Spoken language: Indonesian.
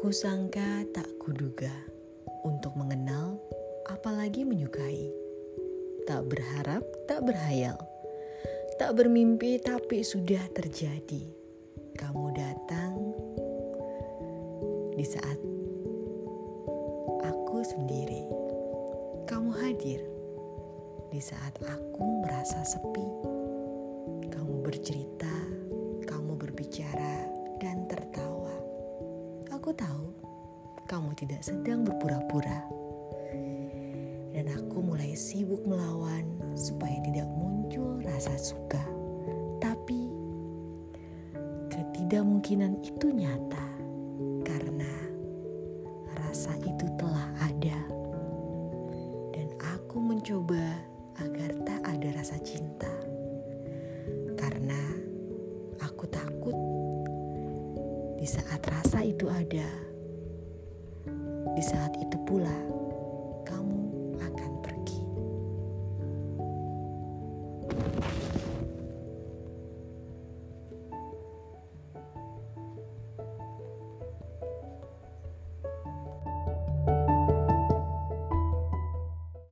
Kusangka tak kuduga untuk mengenal, apalagi menyukai. Tak berharap, tak berhayal. Tak bermimpi tapi sudah terjadi. Kamu datang di saat aku sendiri. Kamu hadir di saat aku merasa sepi. Kamu bercerita, kamu berbicara dan tertawa. Aku tahu kamu tidak sedang berpura-pura. Dan aku mulai sibuk melawan supaya tidak muncul rasa suka. Tapi ketidakmungkinan itu nyata karena rasa itu telah ada. Dan aku mencoba agar tak ada rasa cinta. Karena aku takut di saat rasa itu ada, di saat itu pula kamu akan pergi.